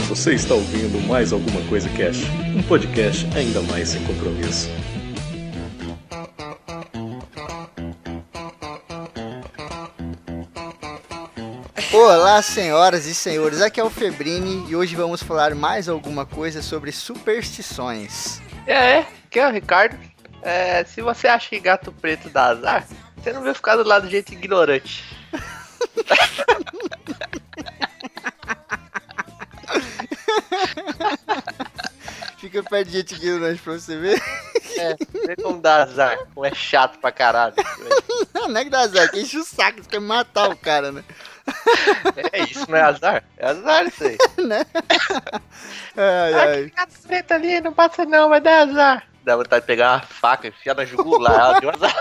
Você está ouvindo Mais Alguma Coisa Cash, um podcast ainda mais sem compromisso. Olá, senhoras e senhores, aqui é o Febrini e hoje vamos falar mais alguma coisa sobre superstições. Aqui é o Ricardo. Se você acha que gato preto dá azar, você não vai ficar do lado de gente ignorante. Fica perto de gente ignorante pra você ver. Vê como dá azar, como é chato pra caralho. Não é que dá azar, que enche o saco, você quer matar o cara, né? Isso não é azar? É azar isso aí. Né? Ai. Gato preto ali, não passa não, vai dar azar. Dá vontade de pegar uma faca e enfiar na jugular, deu azar.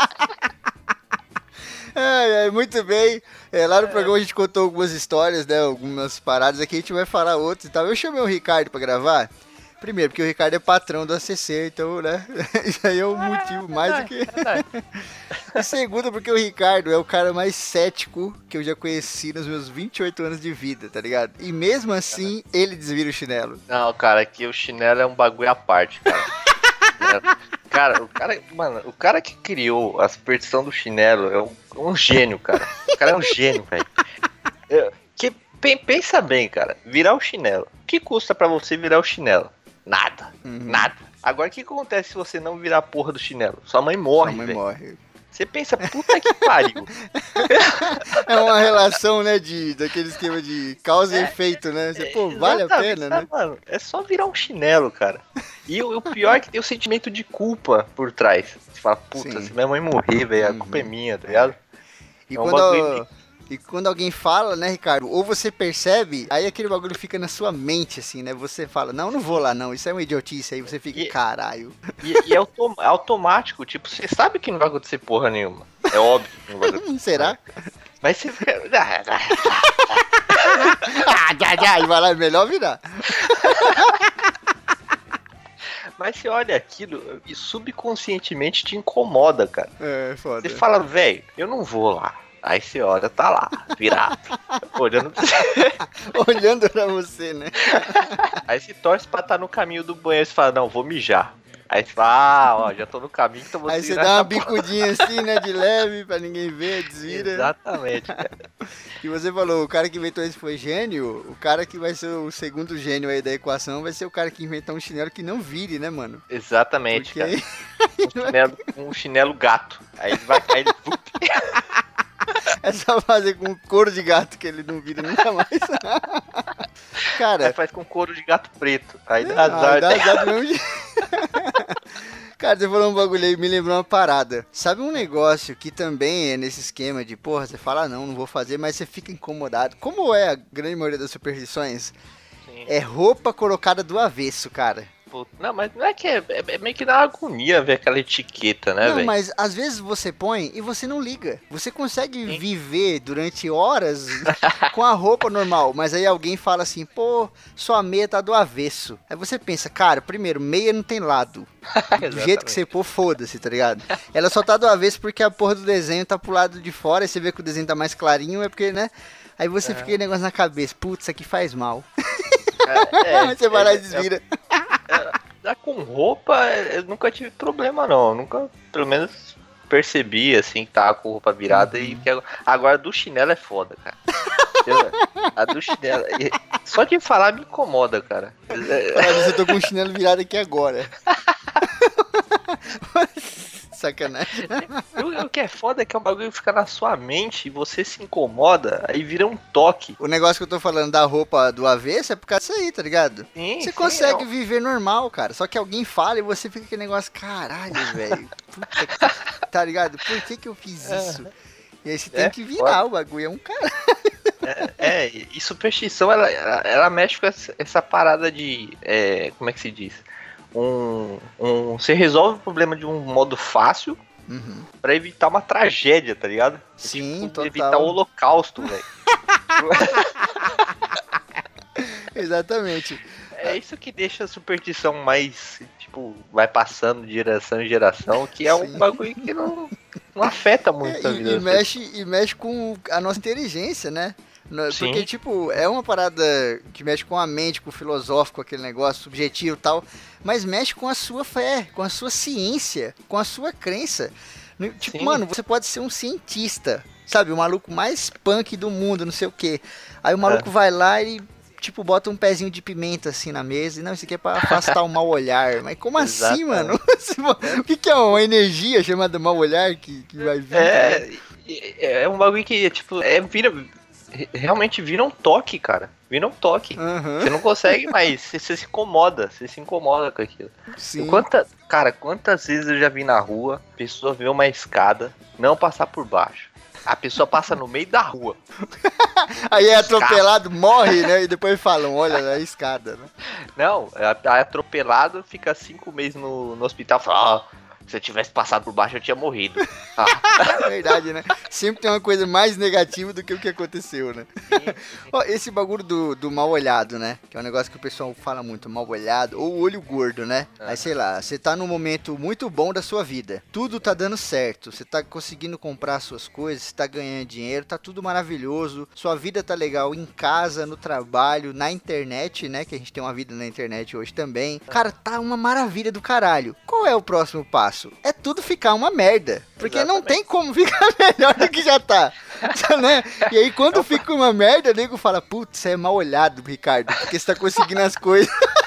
Muito bem. Lá no programa a gente contou algumas histórias, né? Algumas paradas. Aqui a gente vai falar outras e tal. Eu chamei o Ricardo pra gravar. Primeiro, porque o Ricardo é patrão do ACC, então, né? Isso aí é um motivo mais do que... E segundo, porque o Ricardo é o cara mais cético que eu já conheci nos meus 28 anos de vida, tá ligado? E mesmo assim, ele desvira o chinelo. Não, cara, aqui o chinelo é um bagulho à parte, cara. O cara que criou a superstição do chinelo é um gênio, cara. O cara é um gênio, velho. Pensa bem, cara. Virar o chinelo. O que custa pra você virar o chinelo? Nada. Nada. Agora, o que acontece se você não virar a porra do chinelo? Sua mãe morre, velho. Sua mãe morre. Você pensa, puta que pariu. É uma relação, né, daquele esquema de causa e efeito, né? Você, vale a pena, né? Mano, é só virar um chinelo, cara. E o pior é que tem o sentimento de culpa por trás. Você fala, puta, se minha mãe morrer, velho, a culpa é minha, tá ligado? E quando alguém fala, né, Ricardo, ou você percebe, aí aquele bagulho fica na sua mente, assim, né? Você fala, não vou lá, não, isso é uma idiotice, aí você fica, caralho. E é automático, tipo, você sabe que não vai acontecer porra nenhuma. É óbvio que não vai acontecer. Será? Mas você... vai lá, é melhor virar. Mas você olha aquilo e subconscientemente te incomoda, cara. É, foda. Você fala, velho, eu não vou lá. Aí você olha, tá lá, virado, olhando pra você. Olhando pra você, né? Aí você torce pra estar no caminho do banheiro e fala, não, vou mijar. Aí você fala, já tô no caminho, então vou Aí você dá uma bicudinha assim, né, de leve, pra ninguém ver, desvira. Exatamente, cara. E você falou, o cara que inventou isso foi gênio, o cara que vai ser o segundo gênio aí da equação vai ser o cara que inventar um chinelo que não vire, né, mano? Exatamente, porque... cara. Um chinelo gato. Aí ele vai cair de É só fazer com couro de gato que ele não vira nunca mais. Cara. Aí faz com couro de gato preto. Aí dá azar. Dá azar do mesmo jeito. Cara, você falou um bagulho aí, me lembrou uma parada. Sabe um negócio que também é nesse esquema de, porra, você fala, não vou fazer, mas você fica incomodado. Como é a grande maioria das superstições? Sim. É roupa colocada do avesso, cara. Não, mas não é que é meio que dá uma agonia ver aquela etiqueta, né, velho? Não, mas às vezes você põe e você não liga. Você consegue viver durante horas com a roupa normal, mas aí alguém fala assim, sua meia tá do avesso. Aí você pensa, cara, primeiro, meia não tem lado. Do jeito que você pôr, foda-se, tá ligado? Ela só tá do avesso porque a porra do desenho tá pro lado de fora, e você vê que o desenho tá mais clarinho, é porque, né? Aí você fica com negócio na cabeça, putz, isso aqui faz mal. Você vai lá e desvira. Com roupa, eu nunca tive problema, não. Eu nunca, pelo menos, percebi, assim, que tava com roupa virada. Agora, do chinelo é foda, cara. A do chinelo... Só de falar me incomoda, cara. Eu tô com o chinelo virado aqui agora. Sacanagem. O que é foda é que é um bagulho que fica na sua mente e você se incomoda, aí vira um toque. O negócio que eu tô falando da roupa do avesso é por causa disso aí, tá ligado? Você consegue viver normal, cara. Só que alguém fala e você fica aquele negócio, caralho, velho. Tá ligado? Por que eu fiz isso? E aí você tem que virar, o bagulho é um caralho. E superstição, ela mexe com essa parada de... como é que se diz? Você resolve o problema de um modo fácil pra evitar uma tragédia, tá ligado? Sim, tipo, total. Evitar o holocausto, velho. Exatamente. É isso que deixa a superstição mais, tipo, vai passando de geração em geração, que é um bagulho que não afeta muito a vida. E mexe com a nossa inteligência, né? Porque, Sim. tipo, é uma parada que mexe com a mente, com o filosófico, aquele negócio subjetivo e tal, mas mexe com a sua fé, com a sua ciência, com a sua crença. Tipo, Sim. mano, você pode ser um cientista, sabe? O maluco mais punk do mundo, não sei o quê. Aí o maluco vai lá e, tipo, bota um pezinho de pimenta assim na mesa e, não, isso aqui é pra afastar o mau olhar. Mas como assim, mano? O que é uma energia chamada mau olhar que vai vir? É um bagulho que, tipo, realmente vira um toque, cara. Vira um toque. Uhum. Você não consegue mais, você se incomoda, com aquilo. Sim. Quantas vezes eu já vi na rua, pessoa vê uma escada, não passar por baixo. A pessoa passa no meio da rua. Aí é atropelado, morre, né? E depois falam, olha, é a escada, né? Não, é atropelado, fica 5 meses no hospital, fala, se eu tivesse passado por baixo eu tinha morrido. É verdade, né? Sempre tem uma coisa mais negativa do que o que aconteceu, né? Ó, esse bagulho do mal olhado, né? Que é um negócio que o pessoal fala muito, mal olhado, ou olho gordo, né? Aí, sei lá, você tá num momento muito bom da sua vida. Tudo tá dando certo. Você tá conseguindo comprar suas coisas, você tá ganhando dinheiro, tá tudo maravilhoso. Sua vida tá legal em casa, no trabalho, na internet, né? Que a gente tem uma vida na internet hoje também. Cara, tá uma maravilha do caralho. Qual é o próximo passo? É tudo ficar uma merda. Porque não tem como ficar melhor do que já tá. Né? E aí quando fica uma merda, o nego fala, putz, você é mal olhado, Ricardo, porque você tá conseguindo as coisas.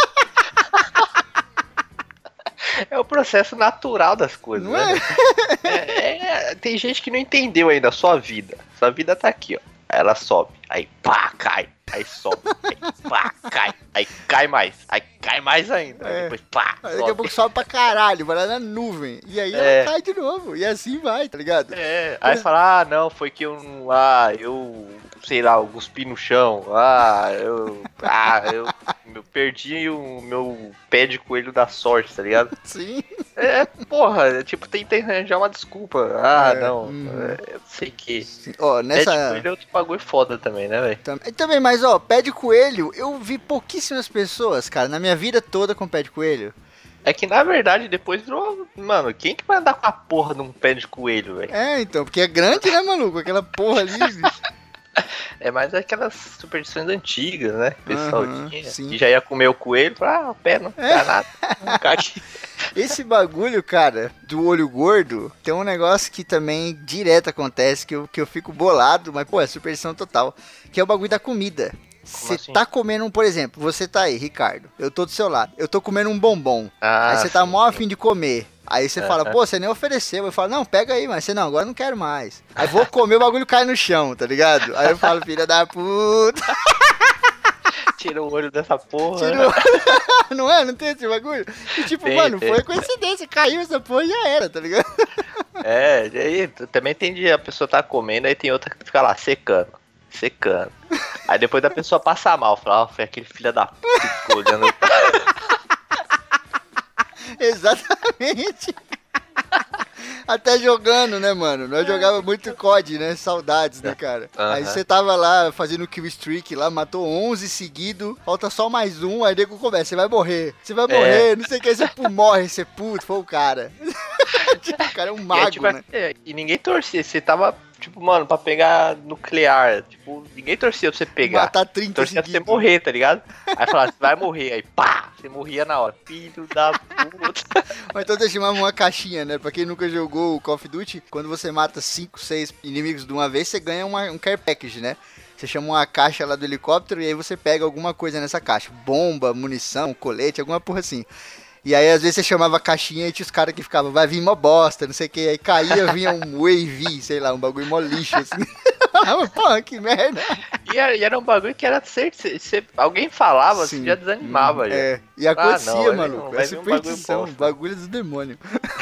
É o processo natural das coisas, Não né? Tem gente que não entendeu ainda a sua vida. Sua vida tá aqui, ó. Ela sobe, aí pá, cai. Aí sobe, aí pá, cai. Aí cai mais, aí cai mais ainda. Aí depois pá, Aí daqui a pouco sobe pra caralho, vai lá na nuvem. E aí ela cai de novo. E assim vai, tá ligado? Aí fala, não, foi que eu sei lá, eu cuspi no chão. Eu perdi o meu pé de coelho da sorte, tá ligado? Sim. Tipo, tenta arranjar uma desculpa. Eu sei que. Ó, Pé de coelho é outro bagulho foda também, né, velho? Também, mas ó, pé de coelho, eu vi pouquíssimas pessoas, cara, na minha vida toda com pé de coelho. É que na verdade depois virou. Mano, quem que vai andar com a porra de um pé de coelho, velho? Então, porque é grande, né, maluco? Aquela porra ali. É mais aquelas superstições antigas, né? O pessoal tinha. sim. Que já ia comer o coelho, o pé não dá nada. Não cai aqui. Esse bagulho, cara, do olho gordo, tem um negócio que também direto acontece, que eu fico bolado, mas, pô, é superstição total, que é o bagulho da comida. Você assim? tá comendo por exemplo, você tá aí, Ricardo, eu tô do seu lado, eu tô comendo um bombom, aí você tá mó afim de comer, aí você fala, pô, você nem ofereceu, eu falo, não, pega aí, mas você não, agora eu não quero mais. Aí vou comer, o bagulho cai no chão, tá ligado? Aí eu falo, filha da puta. Tira o olho dessa porra. Não é? Não tem esse bagulho? E tipo, mano, foi coincidência, caiu essa porra e já era, tá ligado? E aí também tem dia a pessoa tá comendo, aí tem outra que fica lá secando. Aí depois da pessoa passa mal, fala, foi aquele filho da puta que ficou olhando. Exatamente. Até jogando, né, mano? Nós jogava muito COD, né? Saudades, né, cara? Aí você tava lá fazendo kill streak lá, matou 11 seguido, falta só mais um, aí nego começa, você vai morrer, não sei o que, você morre, você puto, foi o cara. Tipo, o cara é um mago, né? E ninguém torcia, você tava, tipo, mano, pra pegar nuclear, tipo, ninguém torcia pra você pegar. Matar 30 torcia pra você morrer, tá ligado? Aí falava, você vai morrer, aí pá, você morria na hora. Filho da puta. Mas então eu chamava uma caixinha, né? Pra quem nunca jogou o Call of Duty, quando você mata 5, 6 inimigos de uma vez, você ganha um care package, né? Você chama uma caixa lá do helicóptero e aí você pega alguma coisa nessa caixa. Bomba, munição, colete, alguma porra assim. E aí, às vezes, você chamava a caixinha e tinha os caras que ficavam, vai vir uma bosta, não sei o que. Aí caía, vinha um wave, sei lá, um bagulho mó lixo, assim. Pô, que merda. E era um bagulho que era certo. Alguém falava, você já desanimava. Já. E acontecia, maluco. É superstição, bagulho do demônio.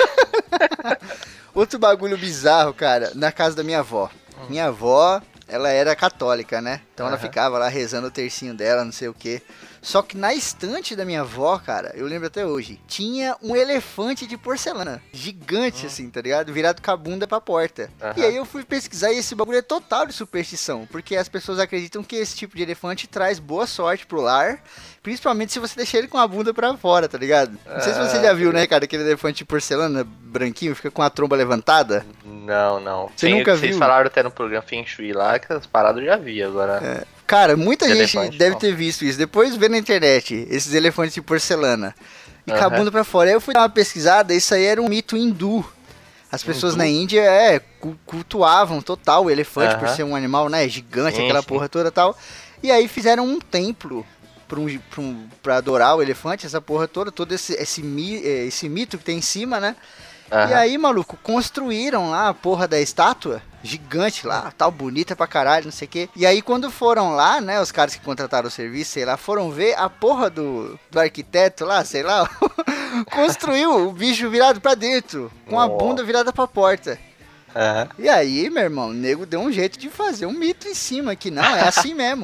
Outro bagulho bizarro, cara, na casa da minha avó. Minha avó, ela era católica, né? Então ela ficava lá rezando o tercinho dela, não sei o que. Só que na estante da minha avó, cara, eu lembro até hoje, tinha um elefante de porcelana, gigante assim, tá ligado? Virado com a bunda pra porta. E aí eu fui pesquisar e esse bagulho é total de superstição, porque as pessoas acreditam que esse tipo de elefante traz boa sorte pro lar, principalmente se você deixar ele com a bunda pra fora, tá ligado? Não sei se você já viu, né, cara, aquele elefante de porcelana branquinho, fica com a tromba levantada. Não. Você nunca viu? Vocês falaram até no programa Feng Shui lá, que as paradas eu já vi agora. Cara, muita gente Elefante, deve não. ter visto isso. Depois vê na internet esses elefantes de porcelana. E com a bunda pra fora. Aí eu fui dar uma pesquisada, isso aí era um mito hindu. As pessoas na Índia cultuavam total o elefante por ser um animal, né, gigante, aquela porra toda e tal. E aí fizeram um templo pra adorar o elefante, essa porra toda, todo esse mito que tem em cima, né? E aí, maluco, construíram lá a porra da estátua, gigante lá, tal, bonita pra caralho, não sei o quê. E aí, quando foram lá, né, os caras que contrataram o serviço, sei lá, foram ver a porra do arquiteto lá, sei lá, construiu o bicho virado pra dentro, com a bunda virada pra porta. E aí, meu irmão, o nego deu um jeito de fazer um mito em cima, que não, é assim mesmo.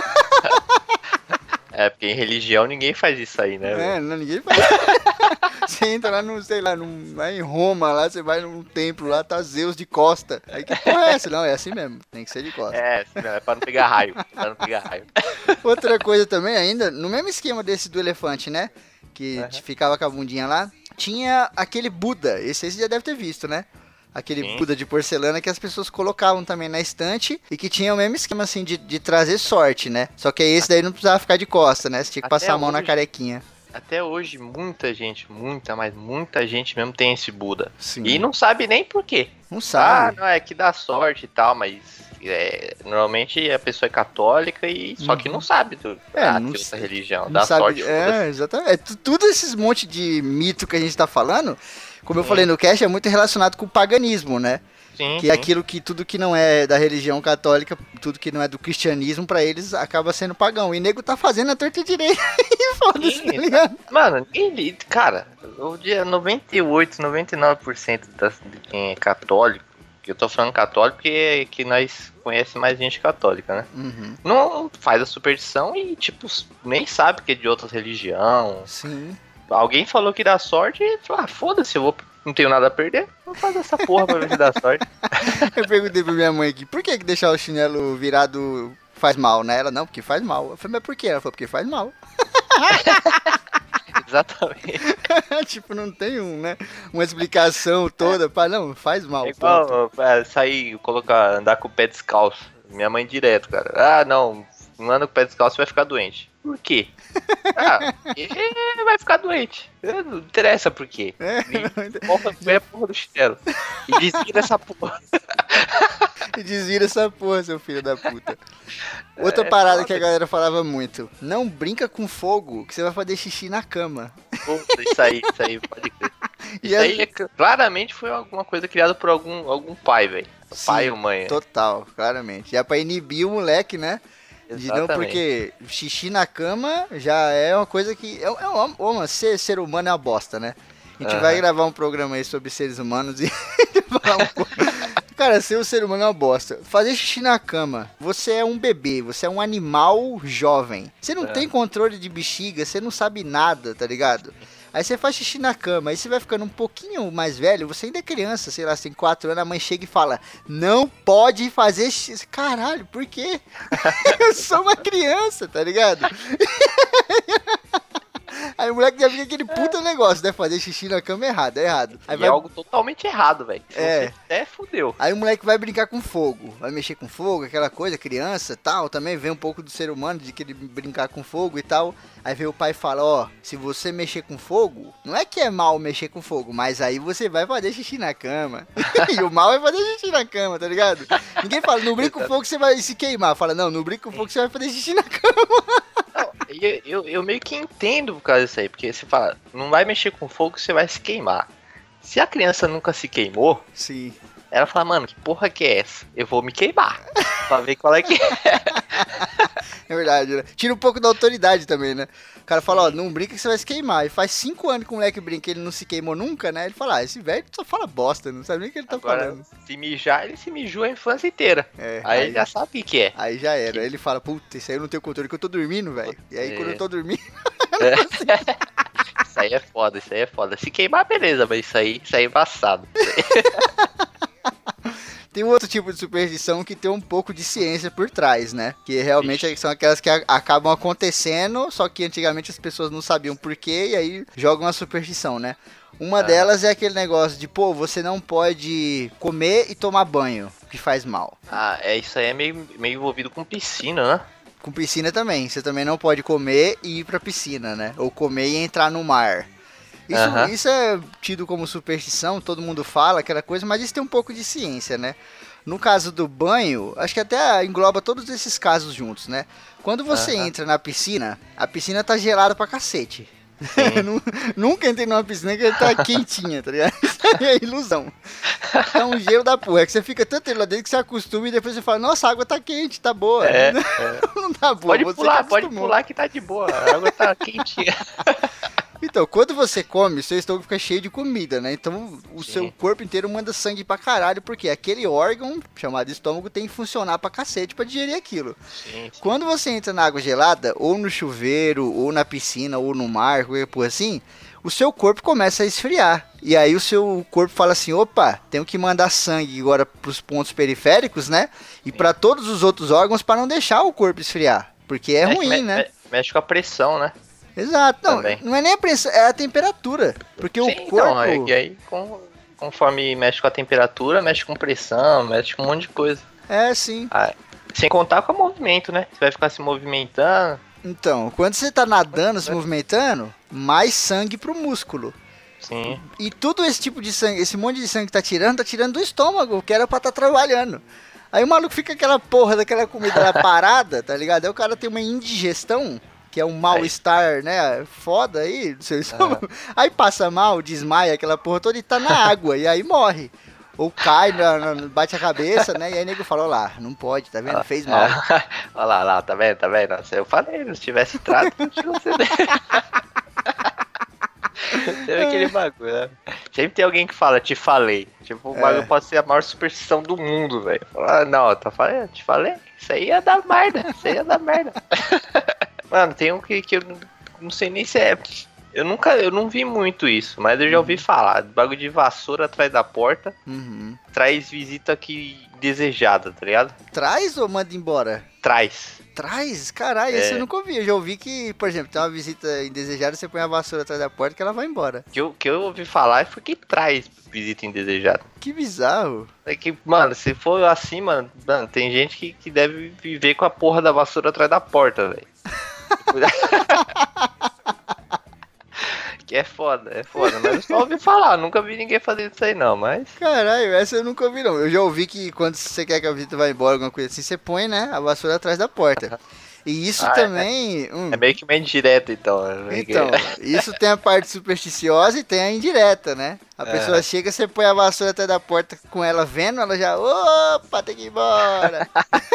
É, porque em religião ninguém faz isso aí, né? Não, ninguém faz. Você entra lá no, sei lá, lá em Roma, lá você vai num templo, lá tá Zeus de costa. Aí que porra é essa? Não, é assim mesmo, tem que ser de costa. É pra não pegar raio. Outra coisa também ainda, no mesmo esquema desse do elefante, né? Que ficava com a bundinha lá, tinha aquele Buda, esse aí você já deve ter visto, né? Aquele Buda de porcelana que as pessoas colocavam também na estante e que tinha o mesmo esquema assim de trazer sorte, né? Só que aí esse daí não precisava ficar de costa, né? Você tinha que passar a mão na carequinha. Até hoje, muita gente mesmo tem esse Buda. Sim. E não sabe nem por quê. Não sabe. Não, é que dá sorte e tal, mas normalmente a pessoa é católica e só que não sabe outra religião. Dá sorte. Exatamente. Tudo esses monte de mito que a gente tá falando, como eu falei no cast, é muito relacionado com o paganismo, né? Que é aquilo que tudo que não é da religião católica, tudo que não é do cristianismo, pra eles acaba sendo pagão. E nego tá fazendo a torta direita. Foda-se, tá ligado? Mano, cara, o dia 98, 99% de quem é católico, que eu tô falando católico porque que nós conhecemos mais gente católica, né? Não faz a superstição e, tipo, nem sabe que é de outra religião. Sim. Alguém falou que dá sorte e falou, foda-se, não tenho nada a perder, vou fazer essa porra pra ver se dá sorte. Eu perguntei pra minha mãe aqui, por que deixar o chinelo virado faz mal, né? Ela, não, porque faz mal. Eu falei, mas por quê? Ela falou, porque faz mal. Exatamente. Tipo, não tem uma explicação toda pra, não, faz mal. É igual sair, andar com o pé descalço. Minha mãe direto, cara. Não anda com o pé descalço, vai ficar doente. Por quê? Ele vai ficar doente. Não interessa por quê. É a porra do chinelo. E desvira essa porra. Desvira essa porra, seu filho da puta. Outra parada que a galera falava muito. Não brinca com fogo, que você vai fazer xixi na cama. Puta, isso aí, pode crer. Isso aí claramente foi alguma coisa criada por algum pai, velho. Pai ou mãe. Total, claramente. Já pra inibir o moleque, né? Exatamente. Porque xixi na cama já é uma coisa que... ser humano é uma bosta, né? A gente vai gravar um programa aí sobre seres humanos e falar um pouco. Cara, ser um ser humano é uma bosta. Fazer xixi na cama. Você é um bebê, você é um animal jovem. Você não tem controle de bexiga, você não sabe nada, tá ligado? Aí você faz xixi na cama, aí você vai ficando um pouquinho mais velho, você ainda é criança, sei lá, você tem 4 anos, a mãe chega e fala, não pode fazer xixi. Caralho, por quê? Eu sou uma criança, tá ligado? Aí o moleque já fica aquele puta negócio, né? Fazer xixi na cama é errado. Aí é algo totalmente errado, velho. Se você fudeu. Aí o moleque vai brincar com fogo, vai mexer com fogo, aquela coisa, criança tal, também vem um pouco do ser humano, de querer brincar com fogo e tal. Aí vem o pai e fala, se você mexer com fogo, não é que é mal mexer com fogo, mas aí você vai fazer xixi na cama. E o mal é fazer xixi na cama, tá ligado? Ninguém fala, não brinca com fogo que você vai se queimar. Fala, não brinca com fogo que você vai fazer xixi na cama. Eu meio que entendo por causa disso aí, porque você fala, não vai mexer com fogo, você vai se queimar. Se a criança nunca se queimou, sim, ela fala, mano, que porra que é essa? Eu vou me queimar, pra ver qual é que é. É verdade, né? Tira um pouco da autoridade também, né? O cara fala, ó, não brinca que você vai se queimar. E faz 5 anos que o moleque brinca e ele não se queimou nunca, né? Ele fala, esse velho só fala bosta, não sabe nem o que ele tá falando. Se mijar, ele se mijou a infância inteira. Aí ele já sabe o que é. Aí já era. Aí ele fala, puta, isso aí eu não tenho controle, que eu tô dormindo, velho. E aí quando eu tô dormindo... Isso aí é foda, isso aí é foda. Se queimar, beleza, mas isso aí é embaçado. Tem um outro tipo de superstição que tem um pouco de ciência por trás, né? Que realmente são aquelas que acabam acontecendo, só que antigamente as pessoas não sabiam por quê, e aí jogam a superstição, né? Uma delas é aquele negócio de, pô, você não pode comer e tomar banho, que faz mal. Isso aí é meio envolvido com piscina, né? Com piscina também, você também não pode comer e ir pra piscina, né? Ou comer e entrar no mar. Isso é tido como superstição, todo mundo fala aquela coisa, mas isso tem um pouco de ciência, né? No caso do banho, acho que até engloba todos esses casos juntos, né? Quando você entra na piscina, a piscina tá gelada pra cacete. Nunca entrei numa piscina que ela tá quentinha, tá ligado? Isso aí é ilusão. Tá um gelo da porra, é que você fica tanto lá dentro que você acostuma e depois você fala, nossa, a água tá quente, tá boa. Não tá boa. Pode pular que tá de boa, a água tá quentinha. Então, quando você come, seu estômago fica cheio de comida, né? Então, o seu corpo inteiro manda sangue pra caralho, porque aquele órgão, chamado estômago, tem que funcionar pra cacete pra digerir aquilo. Sim. Quando você entra na água gelada, ou no chuveiro, ou na piscina, ou no mar, qualquer coisa assim, o seu corpo começa a esfriar. E aí o seu corpo fala assim, opa, tenho que mandar sangue agora pros pontos periféricos, né? E pra todos os outros órgãos pra não deixar o corpo esfriar. Porque é ruim, né? Mexe com a pressão, né? Exato, não é nem a pressão, é a temperatura, porque o corpo... Então, e aí conforme mexe com a temperatura, mexe com pressão, mexe com um monte de coisa. Sim. Sem contar com o movimento, né? Você vai ficar se movimentando. Então, quando você tá nadando, se movimentando, mais sangue pro músculo. Sim. E tudo esse tipo de sangue, esse monte de sangue que tá tirando do estômago, que era pra tá trabalhando. Aí o maluco fica aquela porra daquela comida lá parada, tá ligado? Aí o cara tem uma indigestão... que é um mal-estar, né, foda aí, do seu estômago. Aí passa mal, desmaia aquela porra toda e tá na água, e aí morre. Ou cai, bate a cabeça, né, e aí o nego fala, ó lá, não pode, tá vendo, fez mal. Olha lá, tá vendo? Eu falei, se tivesse trato, não tinha você. Teve aquele bagulho, né? Sempre tem alguém que fala, te falei. Tipo, o bagulho pode ser a maior superstição do mundo, velho. Não, te falei, isso aí ia dar merda, Mano, tem um que eu não sei nem se é... Eu não vi muito isso, mas eu já ouvi falar. Bagulho de vassoura atrás da porta. Traz visita aqui indesejada, tá ligado? Traz ou manda embora? Traz. Traz? Caralho, isso eu nunca ouvi. Eu já ouvi que, por exemplo, tem uma visita indesejada, você põe a vassoura atrás da porta que ela vai embora. Que eu ouvi falar foi que traz visita indesejada. Que bizarro. É que, mano, se for assim, mano, tem gente que deve viver com a porra da vassoura atrás da porta, velho. Que é foda, mas eu só ouvi falar, nunca vi ninguém fazer isso aí não, mas... Caralho, essa eu nunca ouvi não, eu já ouvi que quando você quer que a visita vá embora, alguma coisa assim, você põe, né, a vassoura atrás da porta. E isso também... É meio que uma indireta, então. Então, isso tem a parte supersticiosa e tem a indireta, né? A pessoa chega, você põe a vassoura atrás da porta com ela vendo, ela já, opa, tem que ir embora.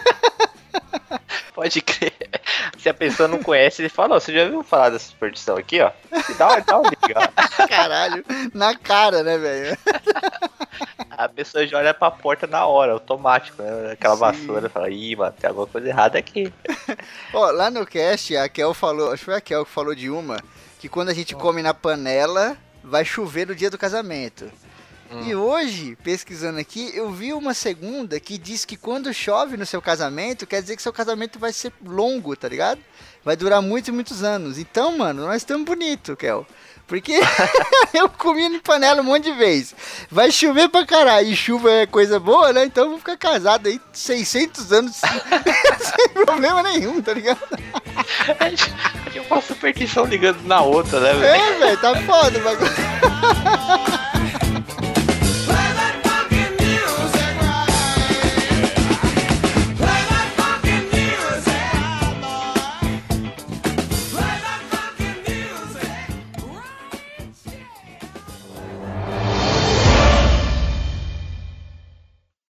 Pode crer. Se a pessoa não conhece, ele fala, você já ouviu falar dessa superstição aqui, ó? Dá um liga. Caralho, na cara, né, velho? A pessoa já olha pra porta na hora, automático, né? Aquela vassoura, fala, ih, mano, tem alguma coisa errada aqui. Ó, lá no cast, a Kel falou, acho que foi a Kel que falou de uma, que quando a gente come na panela, vai chover no dia do casamento. E hoje, pesquisando aqui, eu vi uma segunda que diz que quando chove no seu casamento, quer dizer que seu casamento vai ser longo, tá ligado? Vai durar muitos e muitos anos. Então, mano, nós estamos bonitos, Kel. Porque eu comi em panela um monte de vezes. Vai chover pra caralho. E chuva é coisa boa, né? Então eu vou ficar casado aí 600 anos sem problema nenhum, tá ligado? A gente faz superstição ligando na outra, né, velho? Velho, tá foda o bagulho.